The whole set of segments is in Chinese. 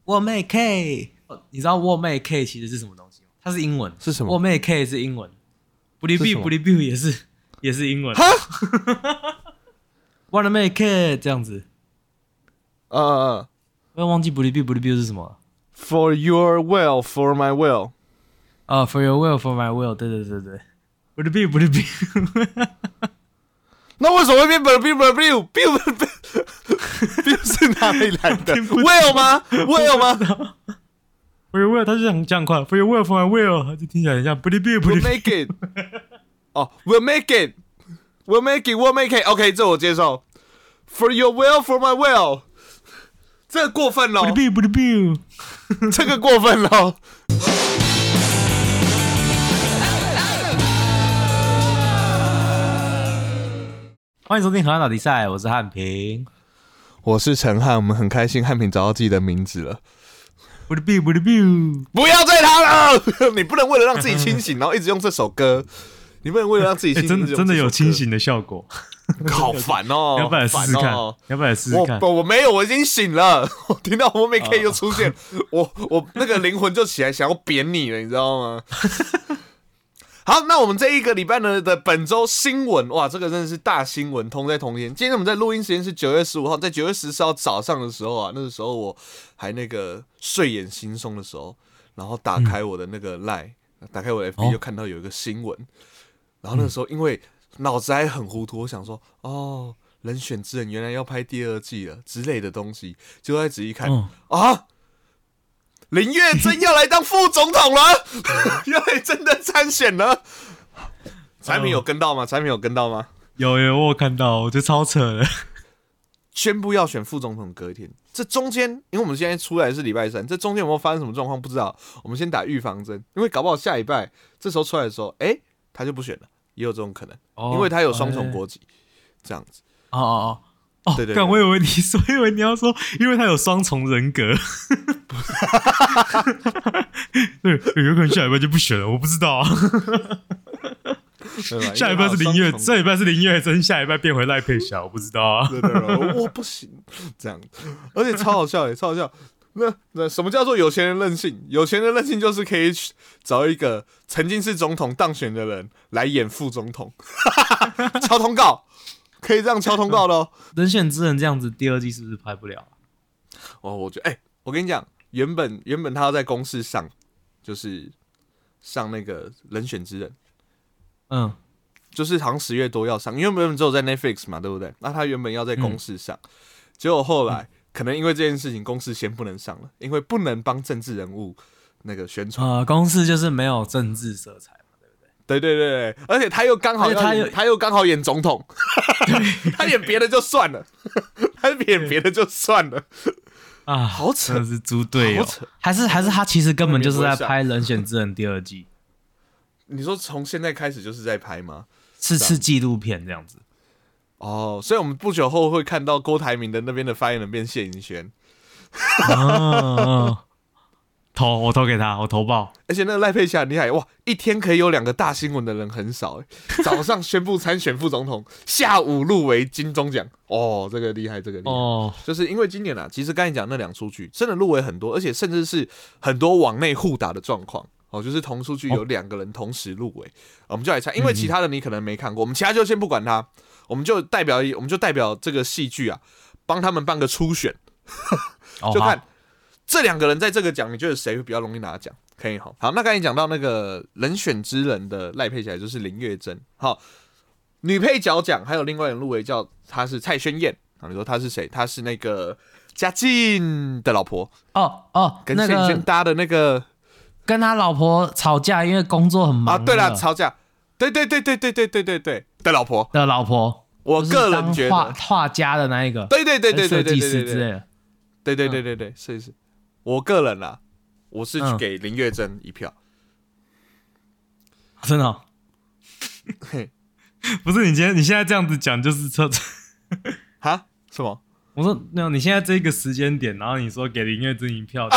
我妹 K，你知道我妹 K 其实是什么东西吗？它是英文， 是什么？ 我妹 K 是英文 b l i b b l i b 也是英文。 哈 ，Wanna make K 这样子。我要忘记 b l i b b l i b 是什么了。 For your will, for my will。 For your will, for my will。对 b l i b。 那为什么会变 biu 是哪里来的 ？Will 吗 ？Will 吗 ？For your will， 他就想这样快。For your will, for my will， 就听起来很像 We'll make it。We'll make it。We'll make it。OK， 这我接受。For your will, for my will。这个过分咯。这个过分咯。 欢迎收听《荷兰打比赛》，我是汉平， 我是陈汉，我们很开心汉平找到自己的名字了。 不要再他了！你不能为了让自己清醒，然后一直用这首歌。你不能为了让自己清醒， 真的有清醒的效果。 好烦哦！ 要不然试试看？要不然试试看？ 我没有，我已经醒了。我听到我妹 K 又出现，我那个灵魂就起来想要扁你了，你知道吗？好，那我们这一个礼拜呢的本周新闻，哇，这个真的是大新闻，同在同天。今天我们在录音时间是9月15号，在9月14号早上的时候啊，那个时候我还那个睡眼惺忪的时候，然后打开我的那个 Line，打开我的 FB 就看到有一个新闻，然后那个时候因为脑子还很糊涂，我想说人选之人原来要拍第2季了之类的东西，结果再仔细看，林月真要来当副总统了，要来真的参选了。产品有跟到吗？有， 我有看到，我觉得超扯的。 宣布要选副总统隔一天，这中间，因为我们现在出来是礼拜3，这中间有没有发生什么状况不知道。我们先打预防针，因为搞不好下礼拜这时候出来的时候，他就不选了，也有这种可能，因为他有双重国籍，这样子。 对，我以为你要说，因为他有双重人格。对，有可能下礼拜就不选了，我不知道啊。下礼拜是林月，这礼拜是林月真，下礼拜变回赖佩霞，我不知道啊。 对，我不行，这样，而且超好笑。那什么叫做有钱人任性？有钱人任性就是可以找一个曾经是总统当选的人来演副总统，敲通告。可以这样敲通告的哦。 人选之人这样子，第2季是不是拍不了我觉得，我跟你讲，原本他要在公视上，就是上那个人选之人，就是好像10月多要上，因为原本只有在 Netflix 嘛，对不对？那他原本要在公视上，结果后来可能因为这件事情，公视先不能上了，因为不能帮政治人物那个宣传。 公视就是没有政治色彩。 对，而且他又刚好演总统，他演别的就算了， 啊， 好扯， 真的是猪队友，还是他其实根本就是在拍《人选之人》第2季。 你说从现在开始就是在拍吗？ 是纪录片这样子。 所以我们不久后会看到郭台铭的那边的发言人变谢盈萱。 我投给他，我投报。 而且那个赖佩霞很厉害，哇，一天可以有2个大新闻的人很少。早上宣布参选副总统，下午入围金钟奖。这个厉害，就是因为今年其实刚才讲那2出剧真的入围很多，而且甚至是很多往内互打的状况。就是同出剧有2个人同时入围，我们就来猜，因为其他的你可能没看过，我们其他就先不管他，我们就代表这个戏剧帮他们办个初选，就看。这2个人在这个奖，你觉得谁会比较容易拿奖？可以好，那刚才讲到那个人选之人的赖佩霞就是林月真，好，女配角奖还有另外人入围她是蔡宣燕，你说她是谁？她是那个嘉靖的老婆跟谢盈萱搭的那个， 跟他老婆吵架，因为工作很忙对了，吵架，对的老婆，我个人觉得画家的那一个， 对， 设计师之类的， 对，设计师。我个人我是给林月真1票， 真的不是你现在这样子讲就是哈什么？ 我说没有，你现在这个时间点，然后你说给林月真1票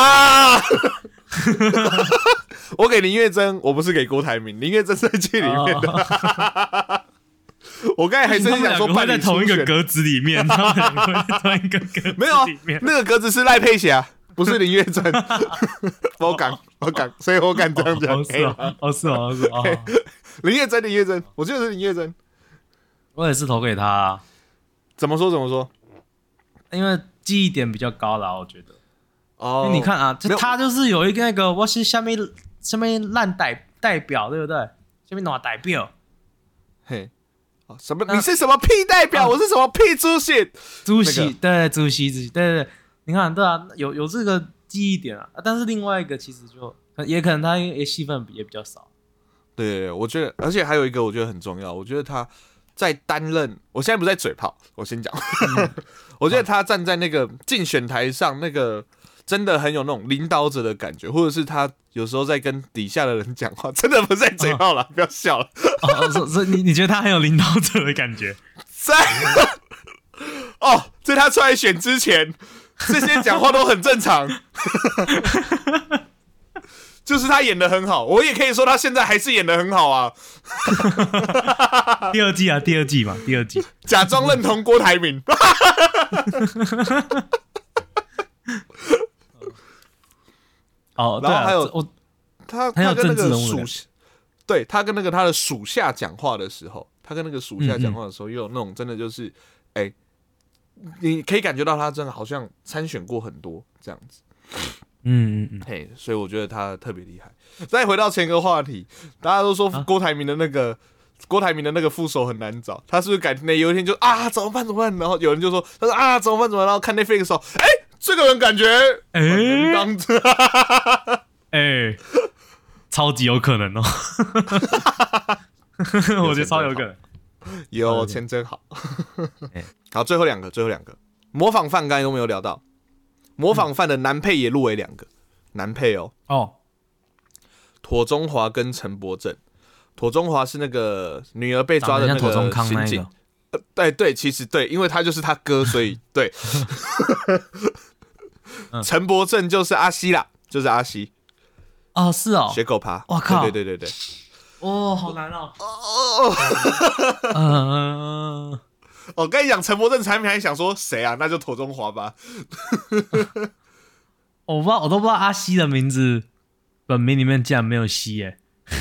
我给林月真，我不是给郭台铭，林月真是在剧里面的。我刚才还真想说办在同一个格子里面，他们会在同一个格子里面， 没有那个格子是赖佩霞。 不是林月珍，我敢，所以我敢这样讲。 是哦， 林月珍，我记得是林月珍。 我也是投给他啊。 怎么说？ 因为记忆点比较高啦，我觉得。 哦， 因为你看啊，他就是有一个那个我是下面烂代表，对不对？下面哪代表？ 嘿，什么？你是什么屁代表？我是什么屁主席？ 主席，对，主席，对，你看，对啊，有这个记忆点啊，但是另外一个其实就也可能他戏份也比较少。 对，我觉得，而且还有一个我觉得很重要，我觉得他在担任，我现在不在嘴炮，我先讲，我觉得他站在那个竞选台上，那个真的很有那种领导者的感觉，或者是他有时候在跟底下的人讲话，真的不是在嘴炮了，不要笑了。 所以你觉得他很有领导者的感觉？ 在他出来选之前，这些讲话都很正常。就是他演得很好，我也可以说他现在还是演得很好啊。 第二季嘛，第二季假装认同郭台铭。 哦， 然后还有他跟那个对他跟那个他的属下讲话的时候，又有那种真的就是，你可以感觉到他真的好像参选过很多这样子。嘿，所以我觉得他特别厉害。再回到前个话题，大家都说郭台铭的那个副手很难找，他是不是改有一天就怎么办？然后有人就说他说怎么办？然后看 Netflix 的时候，这个人感觉当着超级有可能哦。我觉得超有可能。 有钱真好。好，最后两个模仿犯刚才都没有聊到。模仿犯的男配也入围2个男配哦。妥中华跟陈柏正。妥中华是那个女儿被抓的那个刑警。对，其实对，因为他就是他哥，所以对。陈柏正就是阿西啦，就是阿西。 是哦， 学狗爬。 我靠， 对。 好难哦。 我跟你讲，陈柏正产品还想说谁啊？那就妥中华吧。 我都不知道阿西的名字本名里面竟然没有西耶。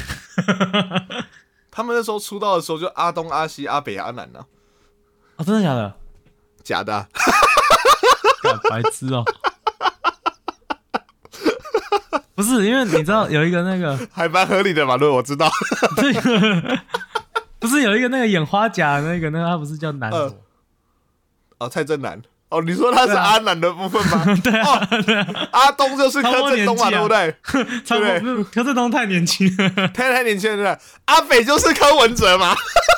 他们那时候出道的时候就阿东、阿西、阿北、阿南啊。 真的假的？ 假的啊。 白痴哦。不是，因为你知道有一个那个还蛮合理的嘛，我知道。 不是有一个那个演花甲那个他不是叫南蔡正南。你说他是阿南的部分吗？ 对啊。 阿东就是柯震东嘛，对不对？ 对，柯震东太年轻了， 太年轻了。阿北就是柯文哲嘛。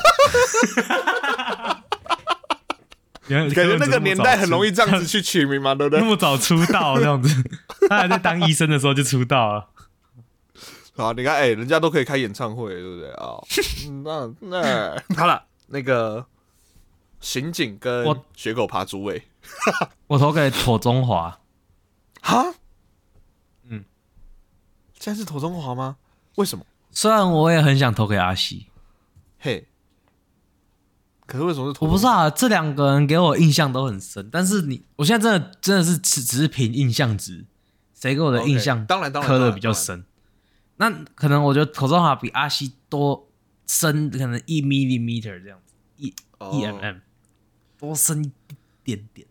感觉那个年代很容易这样子去取名嘛，对不对？ 那么早出道这样子，他还在当医生的时候就出道了。 好，你看，人家都可以开演唱会，对不对啊？那好了，那个刑警跟学狗爬主委， 我投给妥中华。 哈？现在是妥中华吗？为什么？ 虽然我也很想投给阿西， 可是为什么是妥中华？ 我不知道啊，这2个人给我印象都很深，但是我现在真的是只是凭印象值，谁给我的印象当然刻的比较深。那可能我觉得妥中华比阿西多深，可能1 millimeter 这样子，1 mm 多深一点点。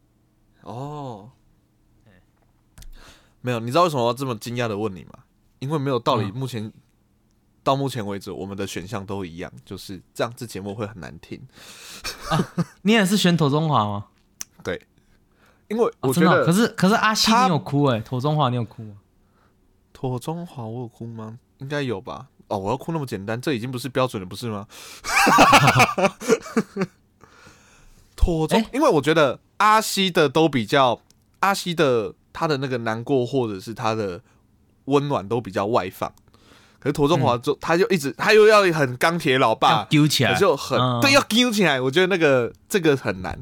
没有，你知道为什么我要这么惊讶的问你吗？因为没有道理，到目前为止，我们的选项都一样，就是这样子节目会很难听。 你也是选妥中华吗？ 对，因为我觉得， 可是阿西你有哭妥中华你有哭吗？ 妥中华我有哭吗？应该有吧。我要哭那么简单，这已经不是标准了，不是吗？因为我觉得阿西的都比较，阿西的他的那个难过或者是他的温暖都比较外放，可是妥中华他就一直他又要很钢铁老爸， 要揪起来， 就很对，要揪起来。我觉得这个很难。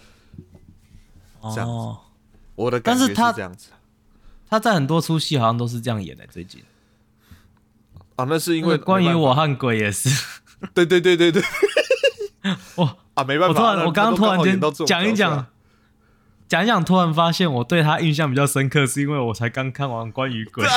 这样子，我的感觉是这样子。 他在很多出戏好像都是这样演的，最近。 那是因为关于我和鬼也是。 对。没办法。 我刚刚突然间讲一讲， 讲一讲，突然发现我对他印象比较深刻，是因为我才刚看完《关于鬼》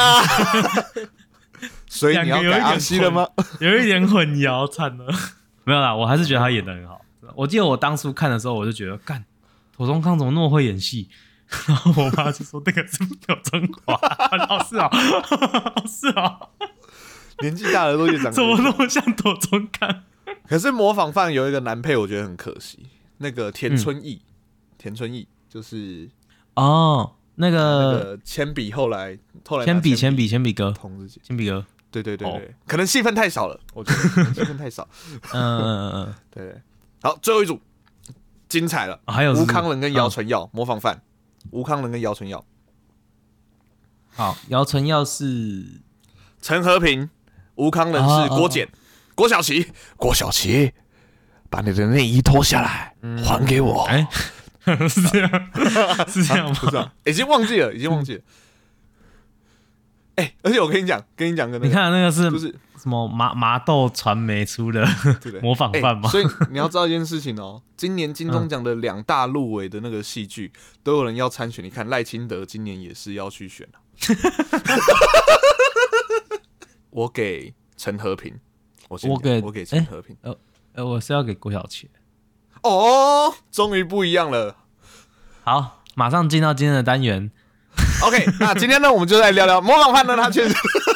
所以你要改阿西了吗？ 有一点混淆，惨了。没有啦，我还是觉得他演得很好。我记得我当初看的时候，我就觉得，干，庹宗康怎么那么会演戏？然后我妈就说：“那个是庹宗华。”哦，是啊，是啊， 年纪大了都越长怎么那么像庹宗康？ 可是模仿犯有一个男配，我觉得很可惜。那个田村义，田村义就是那个铅笔后来铅笔哥，铅笔哥， 对，可能戏份太少了，我觉得戏份太少。对，好，最后一组精彩了， 还有吴康仁跟姚纯耀模仿犯，吴康仁跟姚纯耀。 好，姚纯耀是陈和平，吴康仁是郭简，郭晓琪，把你的内衣脱下来，还给我。 是这样，是这样吗？ 已经忘记了。而且我跟你讲个， 你看那个是就是什么麻豆传媒出的模仿犯吗？ 所以你要知道一件事情哦，今年金钟奖的2大入围的那个戏剧都有人要参选。你看赖清德今年也是要去选我给陈和平，我给陈和平， 我是要给郭晓琪。 哦，终于不一样了。 好，马上进到今天的单元。 OK， 那今天呢，我们就来聊聊模仿犯呢，他确实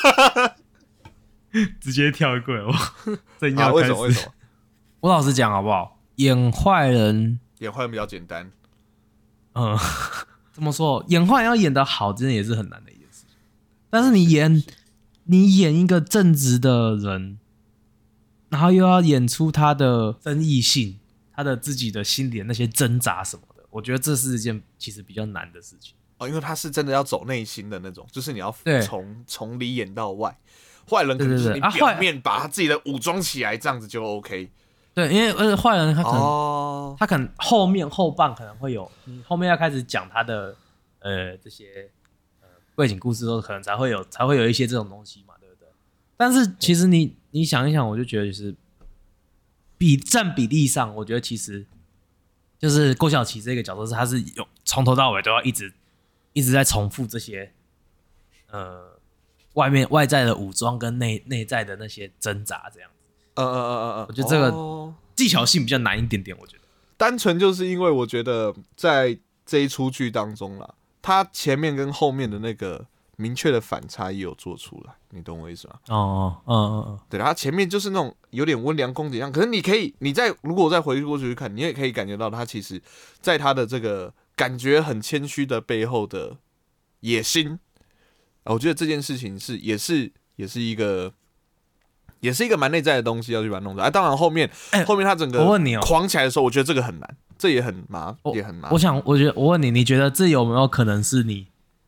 直接跳过我正要开始。 为什么？ 我老实讲好不好？演坏人比较简单。 怎么说？演坏人要演得好，真的也是很难的一件事情。但是你演一个正直的人，然后又要演出他的争议性，他的自己的心里的那些挣扎什么的，我觉得这是一件其实比较难的事情。 因为他是真的要走内心的那种，就是你要从里演到外。坏人可能就是你表面把他自己的武装起来，这样子就 OK。 对，因为坏人他可能后半可能会有，你后面要开始讲他的这些背景故事的时候，可能才会有一些这种东西嘛，对不对？但是其实你想一想，我就觉得就是占比例上，我觉得其实就是郭晓琪这个角色他是有从头到尾都要一直在重复这些外在的武装跟内在的那些挣扎这样子。我觉得这个技巧性比较难一点点。我觉得单纯就是因为我觉得在这一出剧当中啦，他前面跟后面的那个明确的反差也有做出来，你懂我意思吗？对，他前面就是那种有点温良恭俭让，可是如果再回过去看，你也可以感觉到他其实在他的这个感觉很谦虚的背后的野心。我觉得这件事情也是一个蛮内在的东西要去把它弄出来。当然后面他整个狂起来的时候，我觉得这个很难，这也很麻烦。 我问你，你觉得这有没有可能是你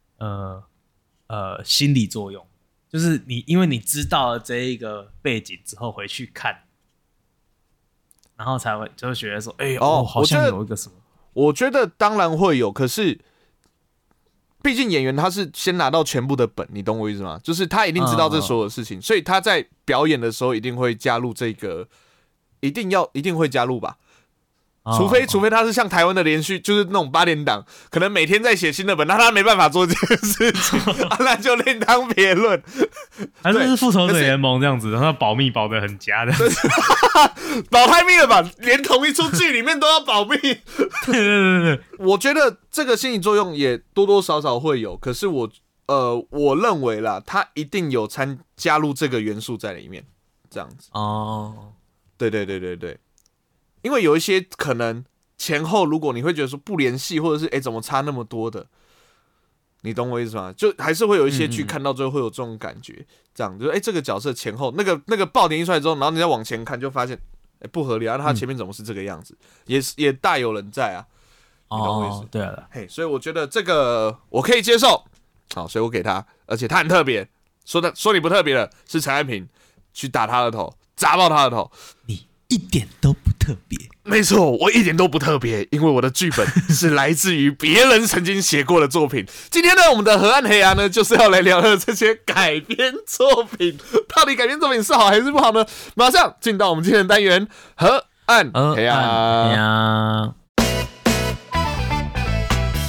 心理作用？就是因为你知道了这一个背景之后回去看，然后才会就会觉得说，好像有一个什么。 我觉得当然会有，可是毕竟演员他是先拿到全部的本，你懂我意思吗？就是他一定知道这所有的事情，所以他在表演的时候一定会加入这个，一定会加入吧。除非他是像台湾的连续，就是那种8点档，可能每天在写新的本，那他没办法做这件事情，那就另当别论。 还是复仇者联盟这样子，然后保密保得很假的， 保太密了吧？连同一出剧里面都要保密。对，我觉得这个心理作用也多多少少会有，可是我认为啦，他一定有加入这个元素在里面，这样子。对。因为有一些可能前后，如果你会觉得说不联系，或者是怎么差那么多的，你懂我意思吗？就还是会有一些剧看到最后会有这种感觉，这样就是这个角色前后那个爆点一出来之后，然后你再往前看，就发现不合理啊，他前面怎么是这个样子？也大有人在啊，你懂我意思？ 对了， 所以我觉得这个我可以接受，好，所以我给他，而且他很特别，说你不特别的是陈安平去打他的头，砸爆他的头， 你一点都不特别。 没错，我一点都不特别，因为我的剧本是来自于别人曾经写过的作品。今天呢，我们的河岸黑暗呢，就是要来聊聊这些改编作品，到底改编作品是好还是不好呢？马上进到我们今天的单元河岸黑暗。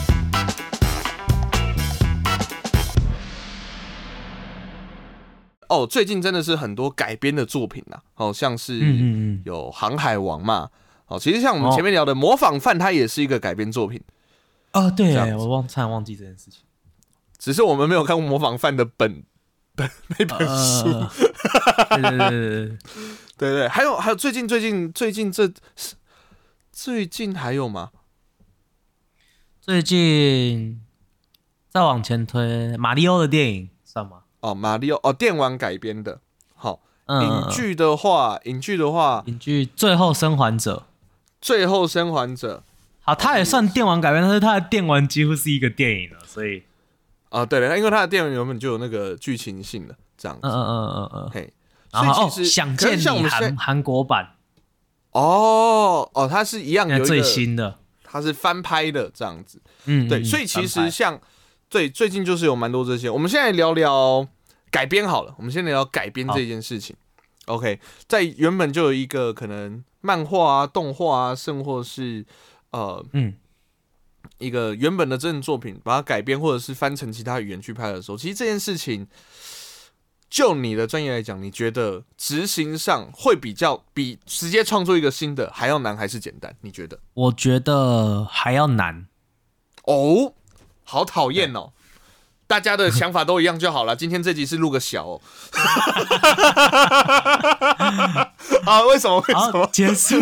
最近真的是很多改编的作品啊，像是有《航海王》嘛，其实像我们前面聊的《模仿犯》，它也是一个改编作品。 哦，对，我差点忘记这件事情。 只是我们没有看过《模仿犯》的那本书。对，还有最近还有吗？ 最近再往前推，马里奥的电影算吗？ 马里奥电玩改编的。好，影剧的话， 最后生还者。好，它也算电玩改编，但是它的电玩几乎是一个电影了，所以对了，因为它的电影原本就有那个剧情性的这样子。嘿， 然后想见你韩国版。 它是一样有一个最新的， 它是翻拍的这样子。对，所以其实像最近就是有蛮多这些。我们现在聊聊改编好了，我们先聊改编这件事情。OK， 在原本就有一个可能漫画啊、动画啊，甚或是一个原本的真人作品，把它改编或者是翻成其他语言去拍的时候，其实这件事情，就你的专业来讲，你觉得执行上会比直接创作一个新的还要难还是简单？你觉得？ 我觉得还要难。 好讨厌哦！大家的想法都一样就好了。今天这集是录个小为什么？ 结束？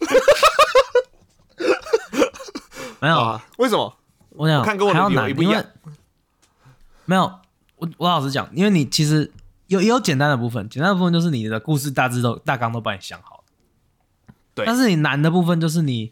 没有为什么？ 我想看跟我的理由一不一样。 没有，我老实讲，因为你其实也有简单的部分，简单的部分就是你的故事大纲都帮你想好了。 对。 但是你难的部分就是你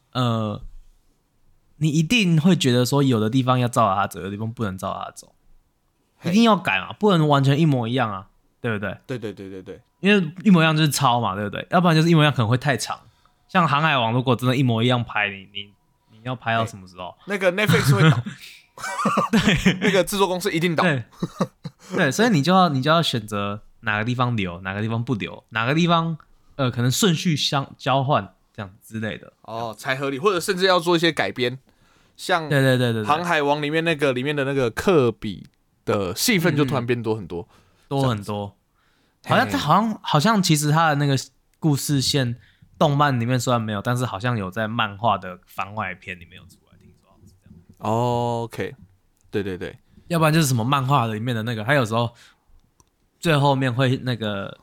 一定会觉得说有的地方要照他走，有的地方不能照他走，一定要改嘛，不能完全一模一样啊，对不对？ 对， 因为一模一样就是抄嘛，对不对？要不然就是一模一样可能会太长。像《航海王》如果真的一模一样拍，你要拍到什么时候？ 那个 Netflix 会倒，对，那个制作公司一定倒。 对，所以你就要选择哪个地方留，哪个地方不留，哪个地方可能顺序交换这样之类的才合理，或者甚至要做一些改编。像对航海王里面的那个科比的戏份就突然变多很多， 很多。好像其实他的那个故事线，动漫里面虽然没有，但是好像有在漫画的番外篇里面有出来，听说是这样。 OK， 对， 要不然就是什么漫画里面的那个，他有时候最后面会那个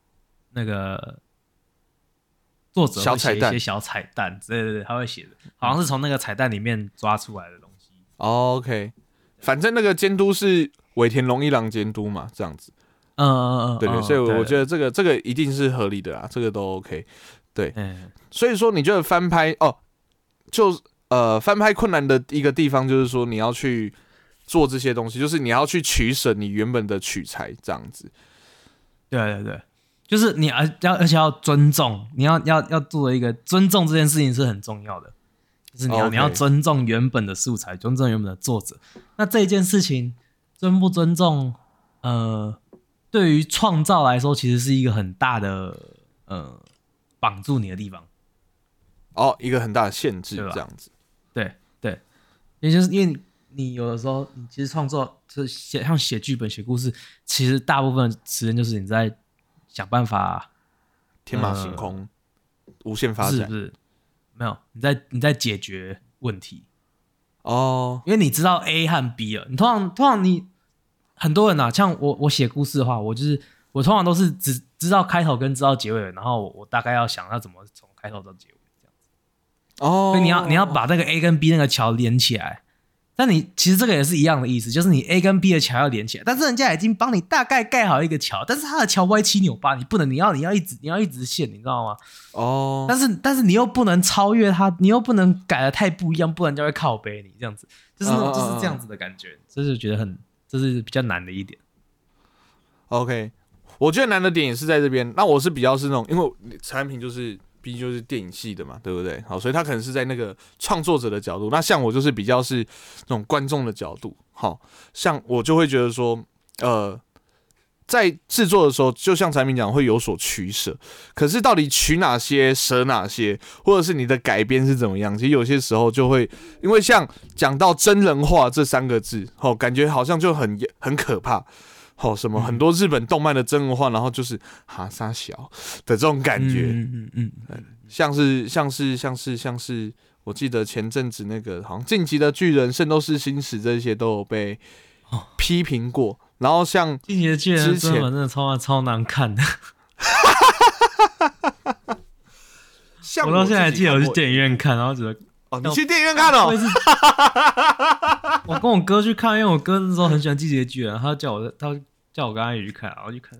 作者会写一些小彩蛋之类的，他会写的，好像是从那个彩蛋里面抓出来的东西。 OK， 反正那个监督是尾田荣一郎监督嘛，这样子。对，所以我觉得这个一定是合理的啦，这个都 OK。对，所以说你觉得翻拍翻拍困难的一个地方就是说你要去做这些东西，就是你要去取舍你原本的取材这样子。 对。就是你而且要尊重，你要做的一个尊重这件事情是很重要的，就是你要尊重原本的素材，尊重原本的作者。那这一件事情尊不尊重，对于创造来说，其实是一个很大的绑住你的地方。 一个很大的限制，这样子。 对，也就是因为你有的时候，你其实创作就是像写剧本、写故事，其实大部分时间就是你在想办法天马行空、无限发展。 不是，没有，你在解决问题因为你知道 A 和 B 了。你通常你很多人像我写故事的话，我通常都是只知道开头跟知道结尾，然后我大概要想要怎么从开头到结尾这样子。所以你要把那个 A 跟 B 那个桥连起来。但你其实这个也是一样的意思，就是你 A 跟 B 的桥要连起来，但是人家已经帮你大概盖好一个桥，但是他的桥歪七扭八，你不能，你要一直线，你知道吗？但是你又不能超越他，你又不能改得太不一样，不然就会靠背你这样子，就是这样子的感觉，就是觉得这是比较难的一点。 OK， 我觉得难的点也是在这边。那我是比较是那种，因为产品毕竟就是电影系的嘛，对不对？好，所以他可能是在那个创作者的角度。那像我就是比较是那种观众的角度。好，像我就会觉得说，在制作的时候，就像产品讲，会有所取舍。可是到底取哪些，舍哪些，或者是你的改编是怎么样？其实有些时候就会，因为像讲到真人化这3个字，感觉好像就很可怕。 什么很多日本动漫的真人化，然后就是哈沙小的这种感觉，像是，我记得前阵子那个好像《进击的巨人》《圣斗士星矢》这些都有被批评过，然后像《 进击的巨人》真的超难看的。我到现在还记得我去电影院看，然后觉得你去电影院看哦。 我跟我哥去看，因为我哥那时候很喜欢《进击的巨人》，他叫我跟他一起去看，然后去看，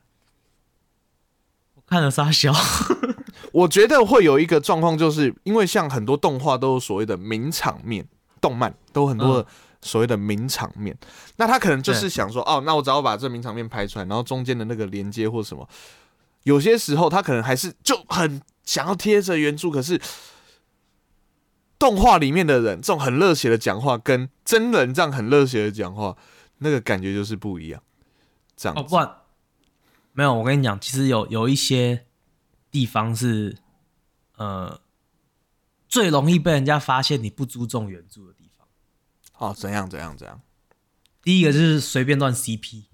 我看了傻笑。 我觉得会有一个状况，就是因为像很多动画都有所谓的名场面，动漫都有很多的所谓的名场面，那他可能就是想说，那我只要把这名场面拍出来，然后中间的那个连接或什么，有些时候他可能还是就很想要贴着原著，可是动画里面的人这种很热血的讲话，跟真人这样很热血的讲话，那个感觉就是不一样。这样子不然没有，我跟你讲，其实有一些地方是最容易被人家发现你不注重原著的地方。 怎样？ 第一个就是随便乱 CP。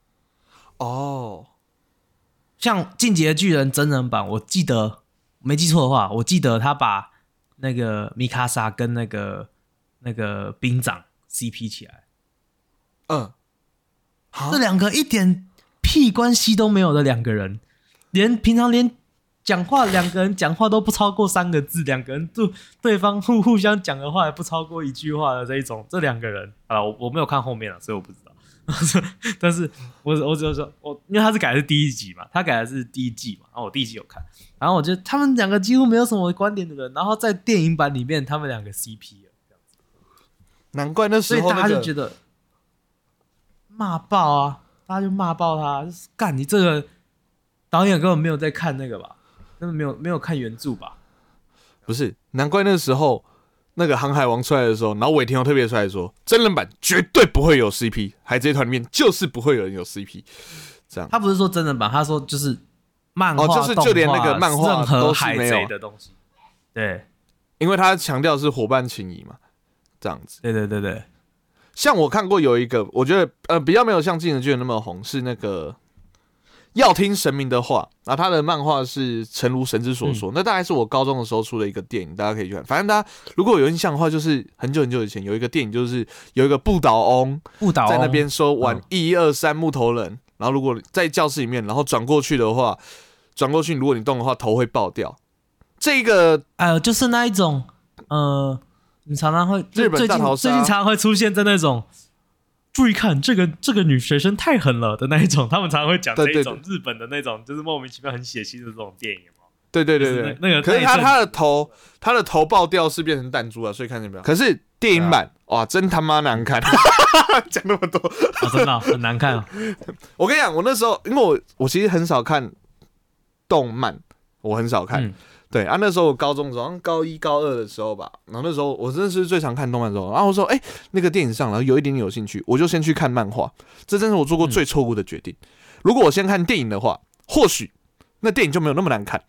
像《进击的巨人》真人版，我记得没记错的话，我记得他把那个米卡莎跟那个兵长 CP 起来。这两个一点屁关系都没有的两个人，平常连讲话两个人讲话都不超过3个字，两个人对方互相讲的话也不超过1句话的这两个人我没有看后面了，所以我不知道。但是我只有说因为他是改的是第1集嘛，他改的是第1季嘛，然后我第1集有看，然后我觉得他们两个几乎没有什么观点的人，然后在电影版里面他们两个 CP 了，这样子。 难怪那时候所以大家就觉得骂爆啊，大家就骂爆他，干你这个导演根本没有在看那个吧，根本没有看原著吧？ 不是，难怪那时候那个航海王出来的时候，然后尾田又特别出来说，真人版绝对不会有 CP， 海贼团里面就是不会有人有 CP。这样， 他不是说真人版，他说就是漫画、 就是就连那个漫画任何海贼的东西，对， 因为他强调是伙伴情谊嘛，这样子。 对。 像我看过有一个，我觉得比较没有像《进击的巨人》那么红，是那个要听神明的话，然后他的漫画是诚如神之所说，那大概是我高中的时候出的一个电影，大家可以去看。反正大家如果有印象的话，就是很久以前有一个电影，就是有一个不倒翁在那边说玩1、2、3木头人，然后如果在教室里面，然后转过去，如果你动的话，头会爆掉。这个就是那一种你常常会日本大逃杀， 最近常常会出现在那种注意看这个女学生太狠了的那一种，他们常常会讲这一种日本的那种就是莫名其妙很血腥的这种电影嘛。 对， 那个可是他的头爆掉是变成弹珠啊，所以看见没有？可是电影版哇，真他妈难看，讲那么多真的很难看。 我跟你讲，我那时候因为我其实很少看动漫，我很少看。对那时候我高中的时候，好像高1、高2的时候吧，然后那时候我真的是最常看动漫的时候，然后我说那个电影上，然后有一点点有兴趣，我就先去看漫画，这真是我做过最错误的决定。如果我先看电影的话，或许那电影就没有那么难看。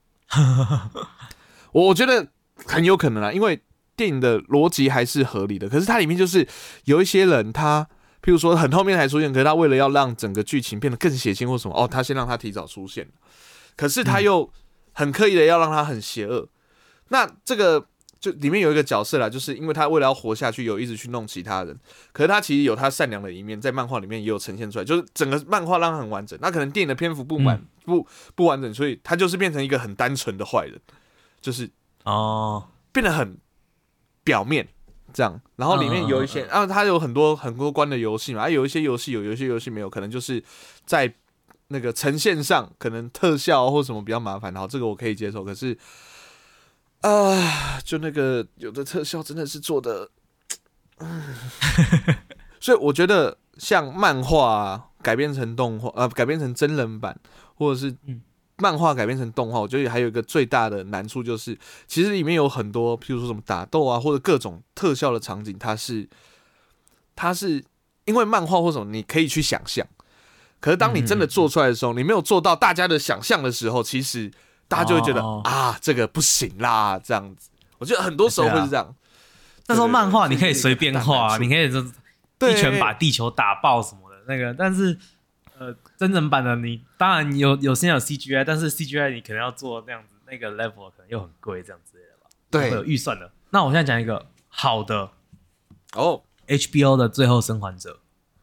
我觉得很有可能因为电影的逻辑还是合理的，可是它里面就是有一些人他譬如说很后面才出现，可是他为了要让整个剧情变得更血腥或什么他先让他提早出现，可是他又很刻意的要让他很邪恶。那这个就里面有一个角色啦，就是因为他为了要活下去，有一直去弄其他人，可是他其实有他善良的一面，在漫画里面也有呈现出来，就是整个漫画让他很完整。那可能电影的篇幅不完整，所以他就是变成一个很单纯的坏人，就是变得很表面这样。然后里面有一些他有很多关的游戏嘛，有一些游戏有，有一些游戏没有，可能就是在那个呈现上可能特效或什么比较麻烦，好，这个我可以接受。可是就那个有的特效真的是做的，所以我觉得像漫画改编成动画，改编成真人版，或者是漫画改编成动画，我觉得还有一个最大的难处就是，其实里面有很多，譬如说什么打斗或者各种特效的场景，它是因为漫画或什么你可以去想象，可是当你真的做出来的时候，你没有做到大家的想象的时候，其实大家就会觉得这个不行啦，这样子。我觉得很多时候会是这样。 那时候漫画你可以随便画，你可以一拳把地球打爆什么的， 那个，但是真人版的你当然有现在有 CGI， 但是 CGI 你可能要做那样子那个 level 可能又很贵这样之类的吧， 对， 会有预算的。那我现在讲一个好的 HBO 的最后生还者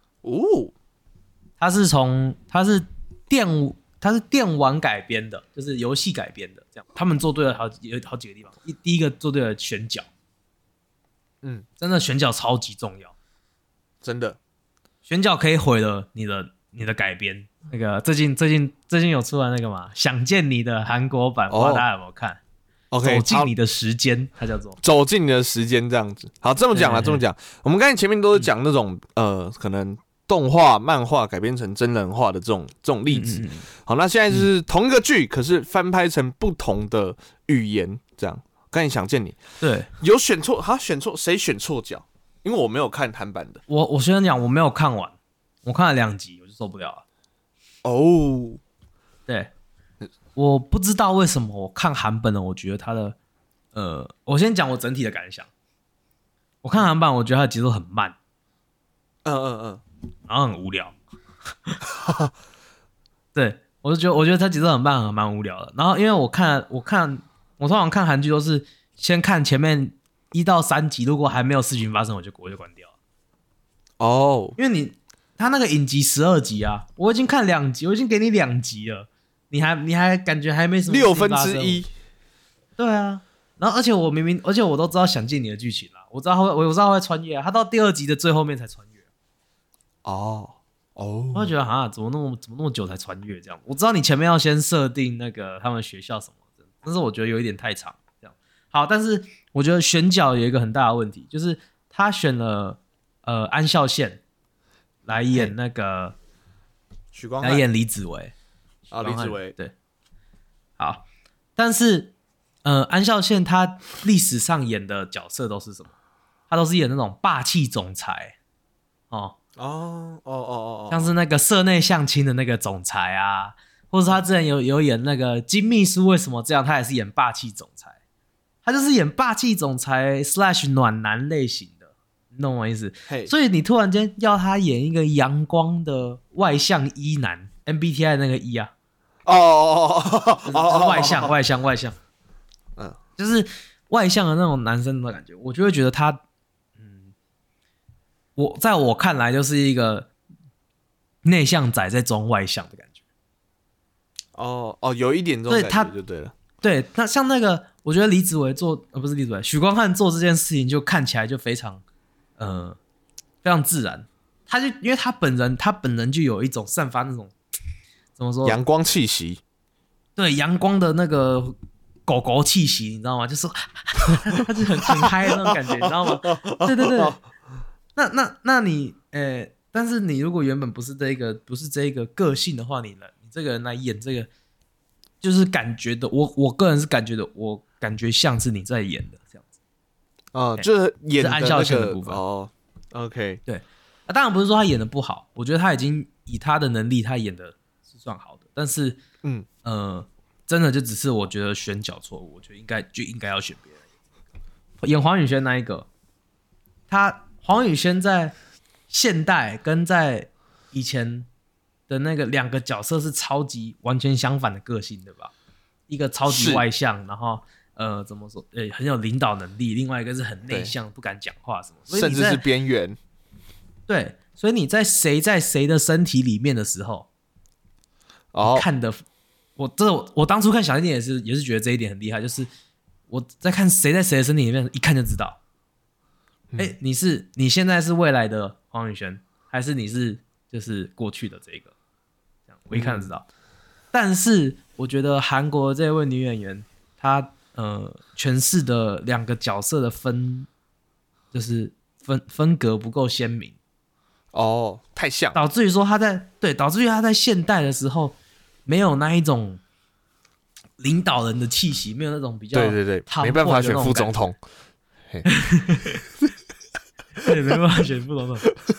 它是电玩改编的，就是游戏改编的，这样他们做对了好几个地方。第一个做对了选角，真的选角超级重要， 真的选角可以毁了你的改编。那个最近有出来那个嘛，想见你的韩国版，不知道大家有没有看？OK， 走进你的时间，它叫做走进你的时间这样子。好，这么讲，我们刚才前面都是讲那种可能动画、漫画改编成真人化的这种例子。好，那现在就是同一个剧，可是翻拍成不同的语言，这样。刚才想见你， 对， 有选错，谁选错角？因为我没有看韩版的。 我先讲，我没有看完，我看了2集，我就受不了了。对，我不知道为什么我看韩本的，我觉得它的我先讲我整体的感想。我看韩版，我觉得它的节奏很慢，然后很无聊。对，我觉得它节奏很慢，蛮无聊的。然后因为我通常看韩剧都是先看前面1到3集，如果还没有事情发生，我就关掉了。因为他那个影集12集啊，我已经看2集，我已经给你2集了，你还感觉还没什么事情发生 1/6。 对啊，然后而且我都知道想见你的剧情啦，我知道他会穿越啊，他到第2集的最后面才穿越。我就觉得怎么那么久才穿越这样？我知道你前面要先设定那个他们学校什么的，但是我觉得有一点太长这样。好，但是我觉得选角有一个很大的问题，就是他选了安孝燮来演那个许光汉， 来演李子维李子维对。好，但是安孝燮他历史上演的角色都是什么？他都是演那种霸气总裁像是那个社内相亲的那个总裁啊，或者他之前有演那个金秘书为什么这样，他也是演霸气总裁，他就是演霸气总裁/暖男类型的，你懂我意思？所以你突然间要他演一个阳光的外向一男 ，MBTI 那个一啊，外向，就是外向的那种男生的感觉，我就会觉得他。在我看来就是一个内向仔在装外向的感觉。 有一点这种感觉就对了。 对，那像那个，我觉得李子维不是李子维，许光汉做这件事情就看起来就非常自然。因为他本人就有一种散发那种怎么说阳光气息， 对，阳光的那个狗气息，你知道吗？就是他就很嗨的那种感觉，你知道吗？对。那你但是你如果原本不是这一个个性的话，你这个人来演这个，就是感觉的，我个人是感觉的，我感觉像是你在演的这样子。 就是演的安孝燮的部分。 OK， 对。当然不是说他演的不好，我觉得他已经以他的能力，他演的是算好的，但是真的就只是我觉得选角错误，我觉得应该要选别人演黄宇轩那一个，黄宇轩在现代跟在以前的那个2个角色是超级完全相反的个性，对吧？一个超级外向，然后怎么说？很有领导能力；另外一个是很内向，不敢讲话什么， 甚至是边缘。 对，所以你在谁的身体里面的时候，看的我当初看小甜甜也是觉得这一点很厉害，就是我在看谁在谁的身体里面，一看就知道。你现在是未来的黄宇轩，还是你是就是过去的这个？这样我一看就知道。但是我觉得韩国这位女演员，她诠释的2个角色的就是分隔不够鲜明。 太像， 导致于她在现代的时候没有那一种领导人的气息，没有那种比较对，没办法选副总统。 对，没办法选副总统，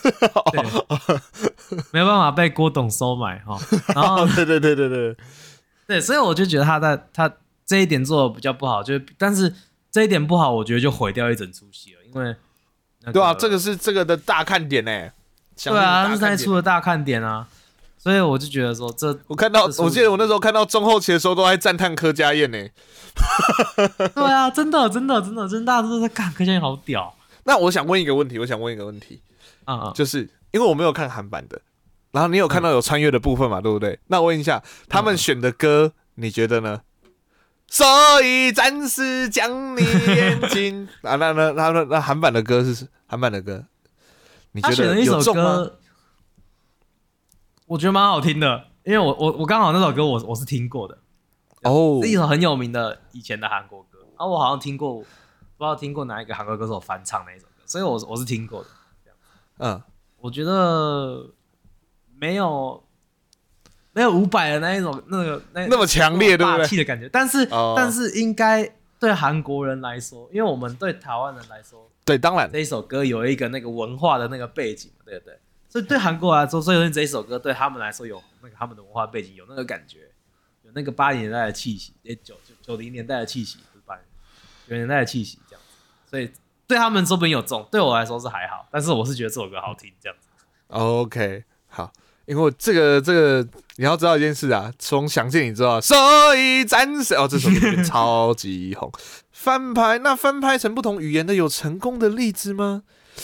没有办法被郭董收买哈。然后，对，所以我就觉得他这一点做的比较不好，但是这一点不好，我觉得就毁掉一整出戏了，因为、 对啊，这个是这个的大看点呢。 对啊，是那出的大看点啊。所以我就觉得说， 我记得我那时候看到中后期的时候，都在赞叹柯佳嬿呢。 对啊，真的，大家都在看柯佳嬿好屌。 那我想问一个问题，就是因为我没有看韩版的，然后你有看到有穿越的部分嘛，对不对？那我问一下，他们选的歌，你觉得呢？所以暂时将你眼睛啊，那韩版的歌是韩版的歌，你觉得有中吗？他选了一首歌， 我觉得蛮好听的，因为我刚好那首歌我是听过的哦， 是一首很有名的以前的韩国歌，然后我好像听过，不知道听过哪一个韩国歌手翻唱那一首歌，所以我是听过的。我觉得没有500的那一种那么强烈，对不对？ 霸气的感觉，但是应该对韩国人来说，因为我们对台湾人来说， 对，当然这一首歌有一个那个文化的那个背景，对不对？所以对韩国来说，所以这一首歌对他们来说有那个他们的文化背景，有那个感觉，有那个80年代的气息，90年代的气息，不是80年代的气息这样子。所以对他们说不定有中，对我来说是还好，但是我是觉得这首歌好听这样子。 OK， 好，因为这个你要知道一件事啊，从想见你知道，所以暂时这首歌超级红。翻拍成不同语言的有成功的例子吗？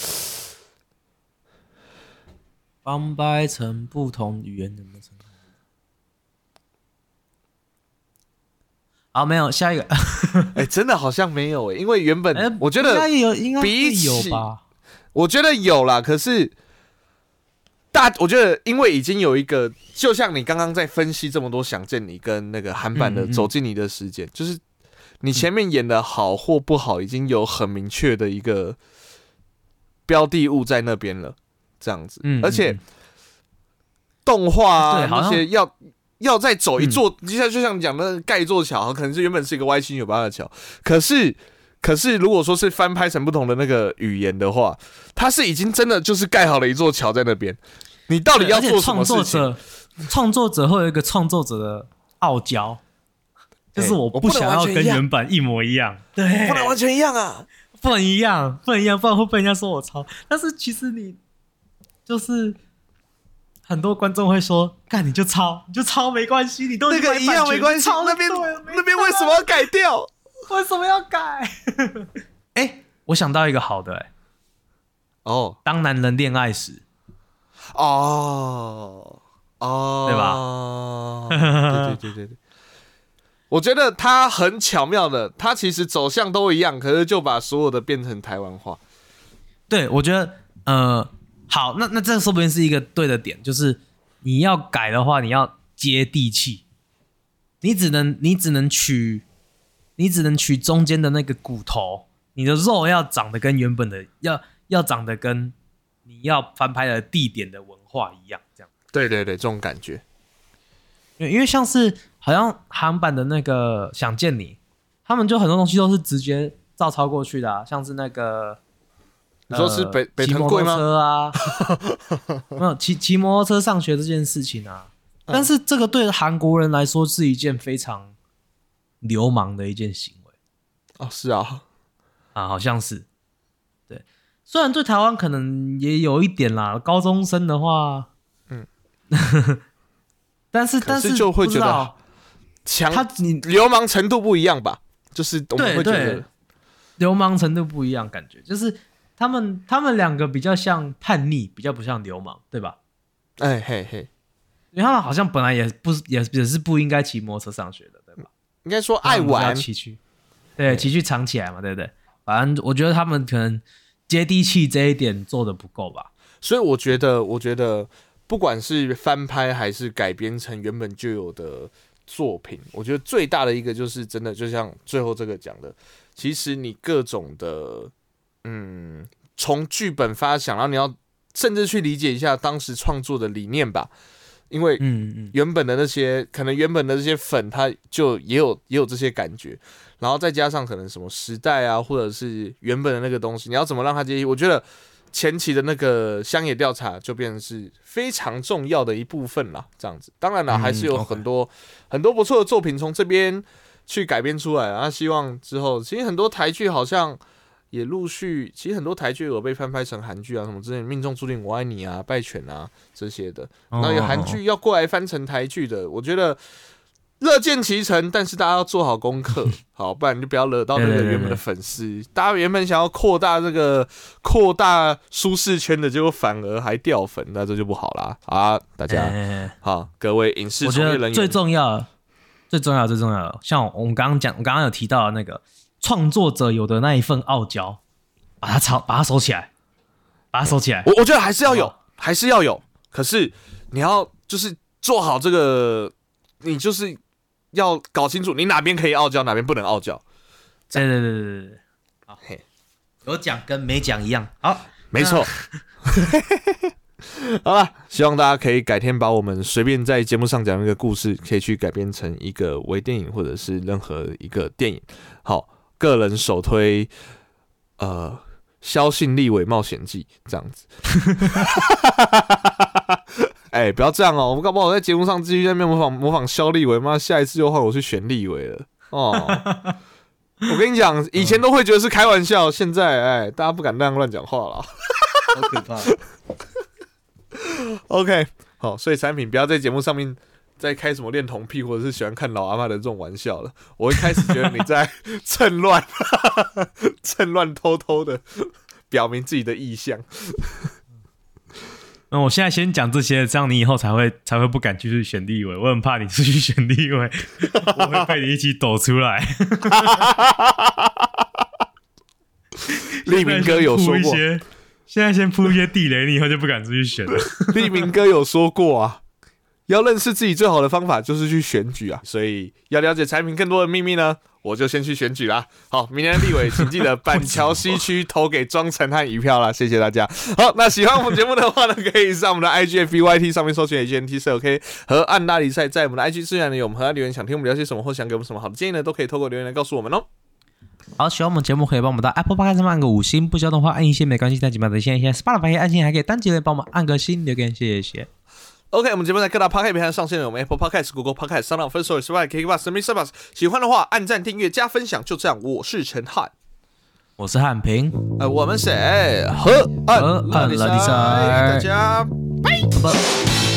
翻拍成不同语言有没有成功？好，没有，下一个。 真的好像没有因为原本我觉得应该有吧， 我觉得有啦，可是我觉得因为已经有一个，就像你刚刚在分析这么多想见你跟那个韩版的走进你的时间，就是你前面演的好或不好，已经有很明确的一个标的物在那边了。这样子，而且动画那些要再走一座，就像你讲的盖一座桥，可能是原本是一个歪七扭八的桥，可是如果说是翻拍成不同的那个语言的话，它是已经真的就是盖好了一座桥在那边，你到底要做什么事情？ 创作者会有一个创作者的傲娇，就是我不想要跟原版一模一样，对， 不能完全一样啊， 不能一样，不然会被人家说我抄。但是其实你。就是很多观众会说：“干你就抄没关系，你都那个一样没关系，那边为什么要改掉？ 为什么要改？”我想到一个好的当男人恋爱时，对吧？对，我觉得他很巧妙的，他其实走向都一样，可是就把所有的变成台湾话。 对，我觉得好，那这说不定是一个对的点，就是你要改的话，你要接地气，你只能取中间的那个骨頭，你的肉要长得跟原本的要长得跟你要翻拍的地点的文化一样，这样。 对，这种感觉。 因为像是好像韩版的那个《想见你》，他们就很多东西都是直接照抄过去的像是那个。 你说是北藤贵吗？ 没有骑摩托车上学这件事情啊，但是这个对韩国人来说是一件非常流氓的一件行为。 是啊， 好像是。对，虽然对台湾可能也有一点啦，高中生的话，但是就会觉得你流氓程度不一样吧？就是我们会觉得流氓程度不一样，感觉就是。他们两个比较像叛逆，比较不像流氓，对吧？ 因为他们好像本来也是不应该骑摩托车上学的，对吧？ 应该说爱玩， 骑去藏起来嘛，对不对？反正我觉得他们可能接地气这一点做的不够吧。 所以我觉得不管是翻拍还是改编成原本就有的作品，我觉得最大的一个就是真的，就像最后这个讲的，其实你各种的。从剧本发想，然后你要甚至去理解一下当时创作的理念吧，因为原本的那些可能原本的这些粉，他就也有这些感觉，然后再加上可能什么时代啊，或者是原本的那个东西，你要怎么让他接近？我觉得前期的那个乡野调查就变成是非常重要的一部分啦，这样子。当然啦，还是有很多不错的作品从这边去改编出来啊。希望之后，其实很多台剧好像也陆续，其实很多台剧有被翻拍成韩剧啊，什么之前《命中注定我爱你》啊、《败犬》啊这些的。然后有韩剧要过来翻成台剧的，我觉得乐见其成，但是大家要做好功课，好，不然就不要惹到那个原本的粉丝。大家原本想要扩大舒适圈的，结果反而还掉粉，那这就不好啦。好，大家好，各位影视从业人员， 最重要的，像我们刚刚有提到的那个。创作者有的那一份傲娇，把它收起来， 我觉得还是要有，可是你要就是做好这个，你就是要搞清楚你哪边可以傲娇，哪边不能傲娇。 对，好，有讲跟没讲一样。好， 没错。好了，希望大家可以改天把我们随便在节目上讲一个故事，可以去改编成一个微电影或者是任何一个电影。好。个人首推，萧信立伟冒险记这样子。不要这样哦！我搞不好我在节目上继续在那边模仿萧立伟，妈下一次又换我去选立伟了哦。我跟你讲，以前都会觉得是开玩笑，现在大家不敢那样乱讲话了， 好可怕。 OK， 好，所以产品不要在节目上面。在开什么恋童癖，或者是喜欢看老阿嬷的这种玩笑了。我一开始觉得你在趁乱，偷偷的表明自己的意向。 那我现在先讲这些，这样你以后才会不敢继续选立委。我很怕你出去选立委，我会被你一起抖出来。 立明哥有说过， 现在先铺一些地雷，你以后就不敢出去选了。 立明哥有说过啊。要认识自己最好的方法就是去选举啊，所以要了解产品更多的秘密呢，我就先去选举啦。好，明年的立委请记得板桥西区投给庄成汉一票啦，谢谢大家。好，那喜欢我们节目的话呢，可以上我们的 IGFBYT 上面搜寻 HNT4OK 和按大理赛，在我们的 IG 资源里有我们和他留言，想听我们聊些什么或想给我们什么好的建议呢，都可以透过留言来告诉我们哦。 好，喜欢我们节目可以帮我们到 Apple Podcast 上面按个5星，不喜欢的话按1星没关系，但起码的现在 Spotify 按星还可以单击的帮我们按个星留言，谢谢。OK， 我们节目在各大 Podcast 平台上线了，我们 Apple Podcast、Google Podcast、SoundOn、Firstory、Spotify、KKBOX， 喜欢的话按赞、订阅、加分享，就这样。我是陈汉， 我是汉平， 我们是和岸拉力赛，大家拜拜。